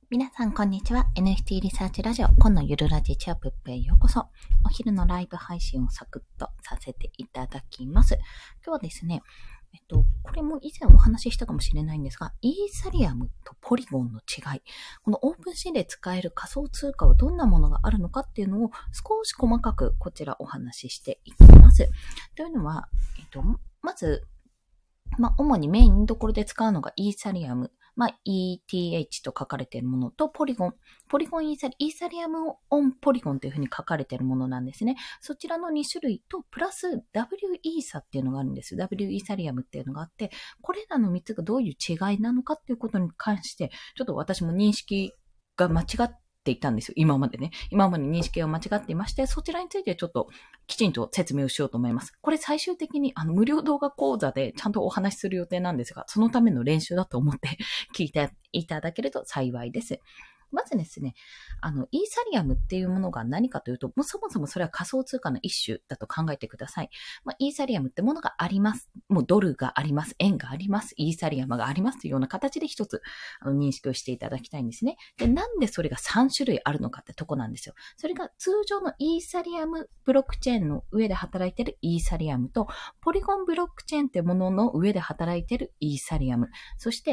皆さん、こんにちは。NFT リサーチラジオ、今のゆるラジチアップへようこそ。お昼のライブ配信をサクッとさせていただきます。今日はですね、これも以前お話ししたかもしれないんですが、イーサリアムとポリゴンの違い、このオープンシーで使える仮想通貨はどんなものがあるのかっていうのを少し細かくこちらお話ししていきます。というのは、まず、主にメインどころで使うのがイーサリアム。ETH と書かれているものとポリゴンイーサリアムオンポリゴンというふうに書かれているものなんですね。そちらの2種類と、プラス W イーサっていうのがあるんです。W イーサリアムっていうのがあって、これらの3つがどういう違いなのかっていうことに関して、ちょっと私も認識が間違っていたんですよ。今まで認識が間違っていまして、そちらについてちょっときちんと説明をしようと思います。これ最終的に無料動画講座でちゃんとお話しする予定なんですが、そのための練習だと思って聞いていただけると幸いです。まずですね、イーサリアムっていうものが何かというと、そもそもそれは仮想通貨の一種だと考えてください。イーサリアムってものがあります。もうドルがあります。円があります。イーサリアムがありますというような形で一つ認識をしていただきたいんですね。で、なんでそれが3種類あるのかってとこなんですよ。それが通常のイーサリアムブロックチェーンの上で働いているイーサリアムと、ポリゴンブロックチェーンってものの上で働いているイーサリアム。そして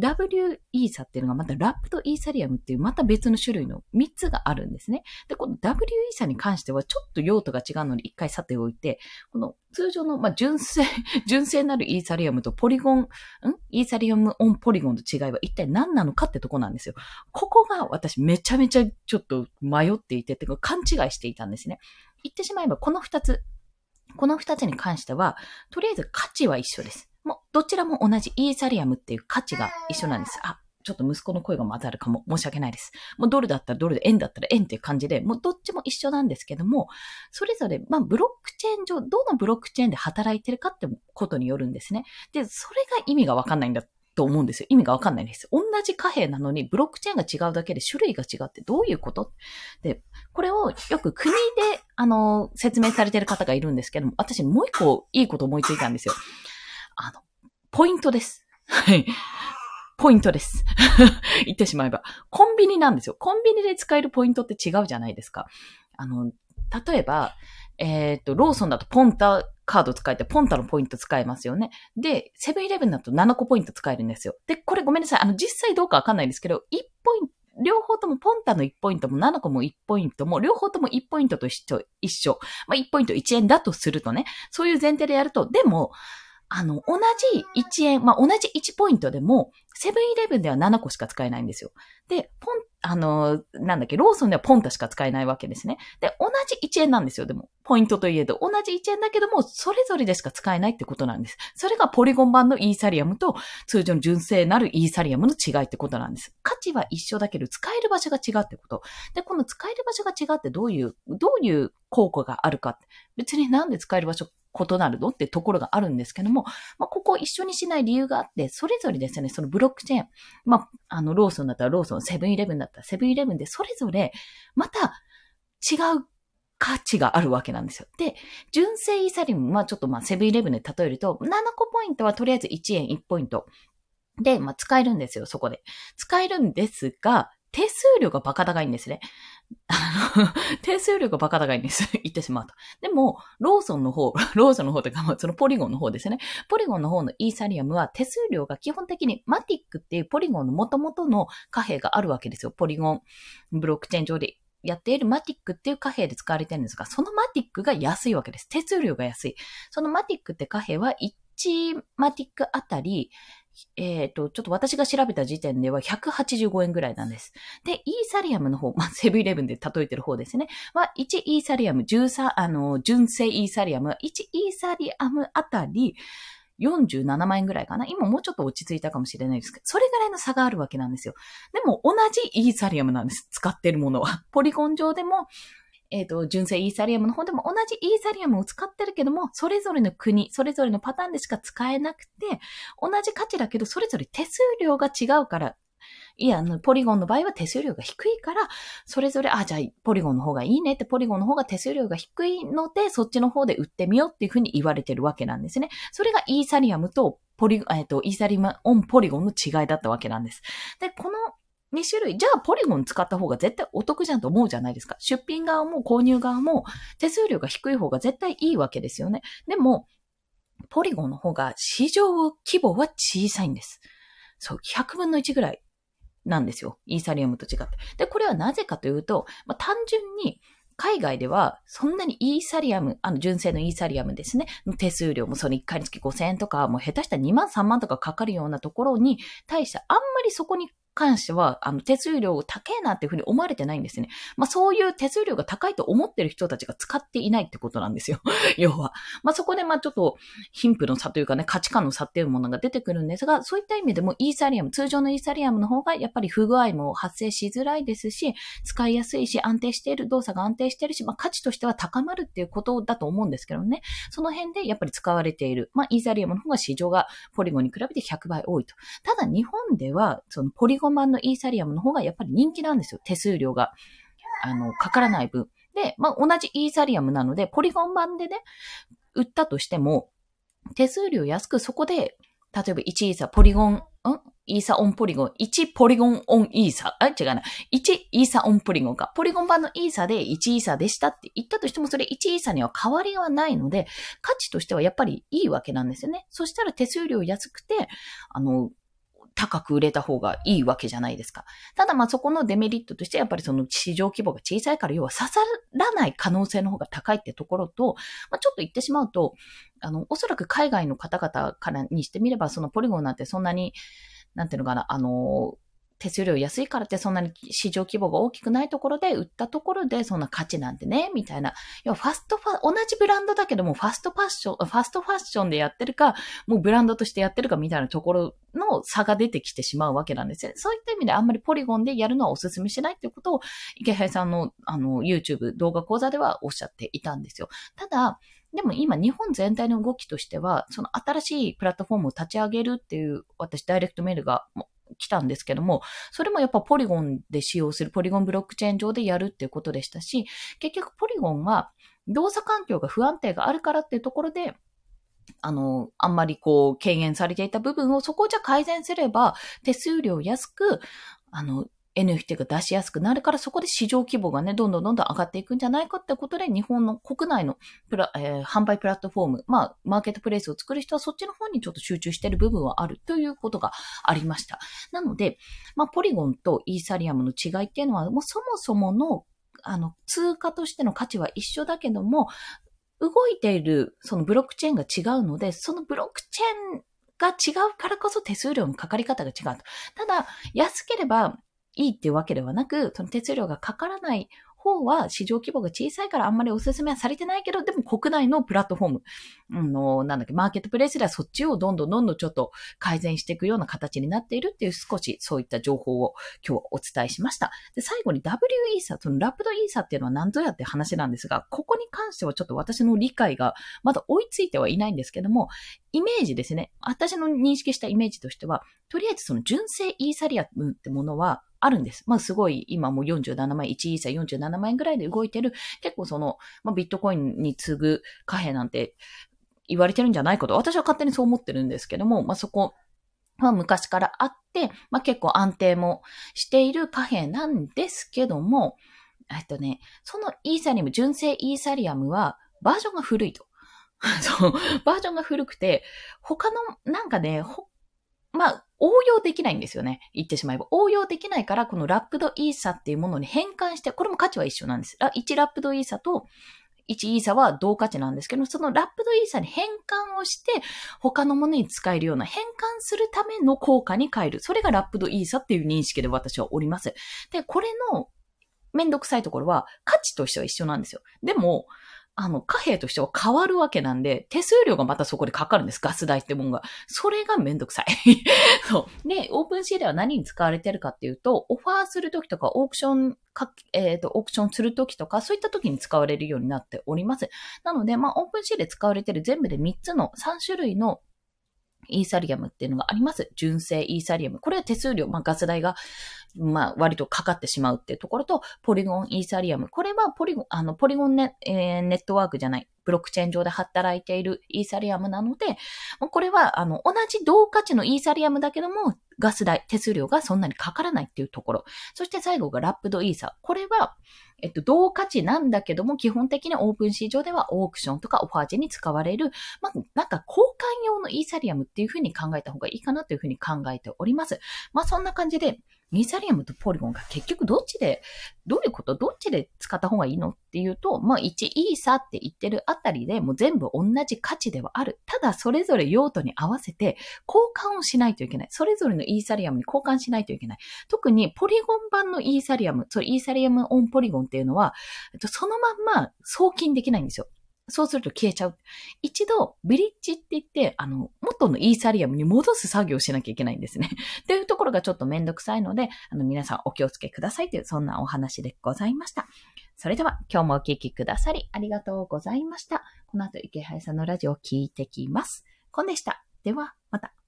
、W イーサっていうのがまたラップとイーサリアムっていうまた別の種類の3つがあるんですね。で、この W イーサに関してはちょっと用途が違うので一回さておいて、この通常の純正なるイーサリアムとイーサリアムオンポリゴンの違いは一体何なのかってとこなんですよ。ここが私めちゃめちゃちょっと迷っていて、勘違いしていたんですね。言ってしまえばこの2つに関しては、とりあえず価値は一緒です。もうどちらも同じイーサリアムっていう価値が一緒なんです。ちょっと息子の声が混ざるかも。申し訳ないです。もうドルだったらドルで、円だったら円っていう感じで、もうどっちも一緒なんですけども、それぞれ、ブロックチェーン上、どのブロックチェーンで働いてるかってことによるんですね。で、それが意味がわかんないんだと思うんですよ。意味がわかんないです。同じ貨幣なのに、ブロックチェーンが違うだけで種類が違うってどういうことで、これをよく国で、説明されてる方がいるんですけども、私もう一個いいこと思いついたんですよ。ポイントです。はい。ポイントです。言ってしまえば。コンビニなんですよ。コンビニで使えるポイントって違うじゃないですか。例えば、ローソンだとポンタカード使えて、ポンタのポイント使えますよね。で、セブンイレブンだと7個ポイント使えるんですよ。で、これごめんなさい。実際どうかわかんないんですけど、1ポイント、両方ともポンタの1ポイントも7個も1ポイントも、両方とも1ポイントと一緒。1ポイント1円だとするとね、そういう前提でやると、でも、同じ1円、同じ1ポイントでも、セブンイレブンでは7個しか使えないんですよ。で、ローソンではポンタしか使えないわけですね。で、同じ1円なんですよ。でも、ポイントといえど、同じ1円だけども、それぞれでしか使えないってことなんです。それがポリゴン版のイーサリアムと、通常の純正なるイーサリアムの違いってことなんです。価値は一緒だけど、使える場所が違うってこと。で、この使える場所が違うってどういう効果があるか。別になんで使える場所異なるのってところがあるんですけども、ここを一緒にしない理由があって、それぞれですね、そのブロックチェーン、ローソンだったらローソン、セブンイレブンだったらセブンイレブンで、それぞれ、また違う価値があるわけなんですよ。で、純正イーサリアムはちょっとセブンイレブンで例えると、7個ポイントはとりあえず1円1ポイントで、使えるんですよ、そこで。使えるんですが、手数料がバカ高いんですね。手数料がバカ高いんです。言ってしまうと。でも、ローソンの方というか、そのポリゴンの方ですね。ポリゴンの方のイーサリアムは手数料が基本的にマティックっていうポリゴンの元々の貨幣があるわけですよ。ポリゴンブロックチェーン上でやっているマティックっていう貨幣で使われてるんですが、そのマティックが安いわけです。手数料が安い。そのマティックって貨幣は1マティックあたり、ちょっと私が調べた時点では185円ぐらいなんです。で、イーサリアムの方、セブンイレブンで例えてる方ですね。1イーサリアム、純正イーサリアムは1イーサリアムあたり47万円ぐらいかな。今もうちょっと落ち着いたかもしれないですけど、それぐらいの差があるわけなんですよ。でも同じイーサリアムなんです。使ってるものは。ポリゴン上でも、純正イーサリアムの方でも同じイーサリアムを使ってるけども、それぞれの国、それぞれのパターンでしか使えなくて、同じ価値だけど、それぞれ手数料が違うから、ポリゴンの場合は手数料が低いから、それぞれ、じゃあ、ポリゴンの方がいいねって、ポリゴンの方が手数料が低いので、そっちの方で売ってみようっていうふうに言われてるわけなんですね。それがイーサリアムとイーサリアムオンポリゴンの違いだったわけなんです。で、この 2種類。じゃあ、ポリゴン使った方が絶対お得じゃんと思うじゃないですか。出品側も購入側も手数料が低い方が絶対いいわけですよね。でも、ポリゴンの方が市場規模は小さいんです。そう、100分の1ぐらいなんですよ。イーサリアムと違って。で、これはなぜかというと、単純に海外ではそんなにイーサリアム、純正のイーサリアムですね。手数料もその1回につき5000円とか、もう下手したら2万3万とかかかるようなところに対してあんまりそこに関しては、手数料高いなっていうふうに思われてないんですね。そういう手数料が高いと思ってる人たちが使っていないってことなんですよ。要は。そこでちょっと貧富の差というかね、価値観の差っていうものが出てくるんですが、そういった意味でもイーサリアム、通常のイーサリアムの方がやっぱり不具合も発生しづらいですし、使いやすいし、安定している、動作が安定しているし、価値としては高まるっていうことだと思うんですけどね。その辺でやっぱり使われている。イーサリアムの方が市場がポリゴンに比べて100倍多いと。ただ日本では、そのポリゴン版のイーサリアムの方がやっぱり人気なんですよ。手数料が、かからない分。で、同じイーサリアムなので、ポリゴン版でね、売ったとしても、手数料安くそこで、例えば1イーサ、ポリゴン、イーサオンポリゴン、1ポリゴンオンイーサ、違うな、1イーサオンポリゴンか。ポリゴン版のイーサで1イーサでしたって言ったとしても、それ1イーサには変わりはないので、価値としてはやっぱりいいわけなんですよね。そしたら手数料安くて、高く売れた方がいいわけじゃないですか。ただそこのデメリットとしてやっぱりその市場規模が小さいから要は刺さらない可能性の方が高いってところと、ちょっと言ってしまうと、おそらく海外の方々からにしてみればそのポリゴンなんてそんなに、なんていうのかな、手数料安いからってそんなに市場規模が大きくないところで売ったところでそんな価値なんてね、みたいな。要は同じブランドだけどもファストファッションでやってるか、もうブランドとしてやってるかみたいなところの差が出てきてしまうわけなんですよ。そういった意味であんまりポリゴンでやるのはお勧めしないっていうことを池原さんのYouTube 動画講座ではおっしゃっていたんですよ。ただ、でも今日本全体の動きとしては、その新しいプラットフォームを立ち上げるっていう私ダイレクトメールが来たんですけども、それもやっぱポリゴンで使用する、ポリゴンブロックチェーン上でやるっていうことでしたし、結局ポリゴンは動作環境が不安定があるからっていうところで、あんまり軽減されていた部分をそこをじゃ改善すれば、手数料安く、NFT が出しやすくなるから、そこで市場規模がね、どんどん上がっていくんじゃないかってことで、日本の国内の販売プラットフォーム、マーケットプレイスを作る人はそっちの方にちょっと集中している部分はあるということがありました。なので、ポリゴンとイーサリアムの違いっていうのは、もうそもそもの、通貨としての価値は一緒だけども、動いている、そのブロックチェーンが違うので、そのブロックチェーンが違うからこそ手数料のかかり方が違うと。ただ、安ければいいっていうわけではなく、その手数料がかからない方は市場規模が小さいからあんまりお勧めはされてないけど、でも国内のプラットフォーム、マーケットプレイスではそっちをどんどんちょっと改善していくような形になっているっていう少しそういった情報を今日はお伝えしました。で、最後に W イーサ、そのラプドイーサっていうのは何ぞやって話なんですが、ここに関してはちょっと私の理解がまだ追いついてはいないんですけども、イメージですね。私の認識したイメージとしては、とりあえずその純正イーサリアムってものはあるんです。すごい、今もう47万円、1イーサ47万円ぐらいで動いてる、結構その、ビットコインに次ぐ貨幣なんて言われてるんじゃないかと、私は勝手にそう思ってるんですけども、そこは昔からあって、結構安定もしている貨幣なんですけども、そのイーサリアム、純正イーサリアムはバージョンが古いと。そう、バージョンが古くて、他の、応用できないんですよね。言ってしまえば。応用できないから、このラップドイーサっていうものに変換して、これも価値は一緒なんです。1ラップドイーサと1イーサは同価値なんですけど、そのラップドイーサに変換をして、他のものに使えるような変換するための効果に変える。それがラップドイーサっていう認識で私はおります。で、これのめんどくさいところは、価値としては一緒なんですよ。でも、貨幣としては変わるわけなんで、手数料がまたそこでかかるんです。ガス代ってもんが。それがめんどくさい。そう。で、オープンシーでは何に使われてるかっていうと、オファーするときとか、オークションするときとか、そういったときに使われるようになっております。なので、オープンシーで使われてる全部で3種類のイーサリアムっていうのがあります。純正イーサリアム。これは手数料、ガス代が割とかかってしまうっていうところと、ポリゴンイーサリアム。これはポリゴンネットワークじゃない。ブロックチェーン上で働いているイーサリアムなので、これは、同じ同価値のイーサリアムだけども、ガス代、手数料がそんなにかからないっていうところ。そして最後がラップドイーサ。これは、同価値なんだけども、基本的にオープン市場ではオークションとかオファージに使われる、なんか交換用のイーサリアムっていう風に考えた方がいいかなという風に考えております。そんな感じで、イーサリアムとポリゴンが結局どういうことどっちで使った方がいいのっていうと、1イーサって言ってるあたりでもう全部同じ価値ではある。ただそれぞれ用途に合わせて交換をしないといけない。それぞれのイーサリアムに交換しないといけない。特にポリゴン版のイーサリアム、イーサリアムオンポリゴンっていうのは、そのまんま送金できないんですよ。そうすると消えちゃう。一度、ビリッジって言って、元のイーサリアムに戻す作業をしなきゃいけないんですね。っていうところがちょっとめんどくさいので、皆さんお気をつけくださいという、そんなお話でございました。それでは、今日もお聞きくださりありがとうございました。この後、池原さんのラジオを聞いてきます。コンでした。では、また。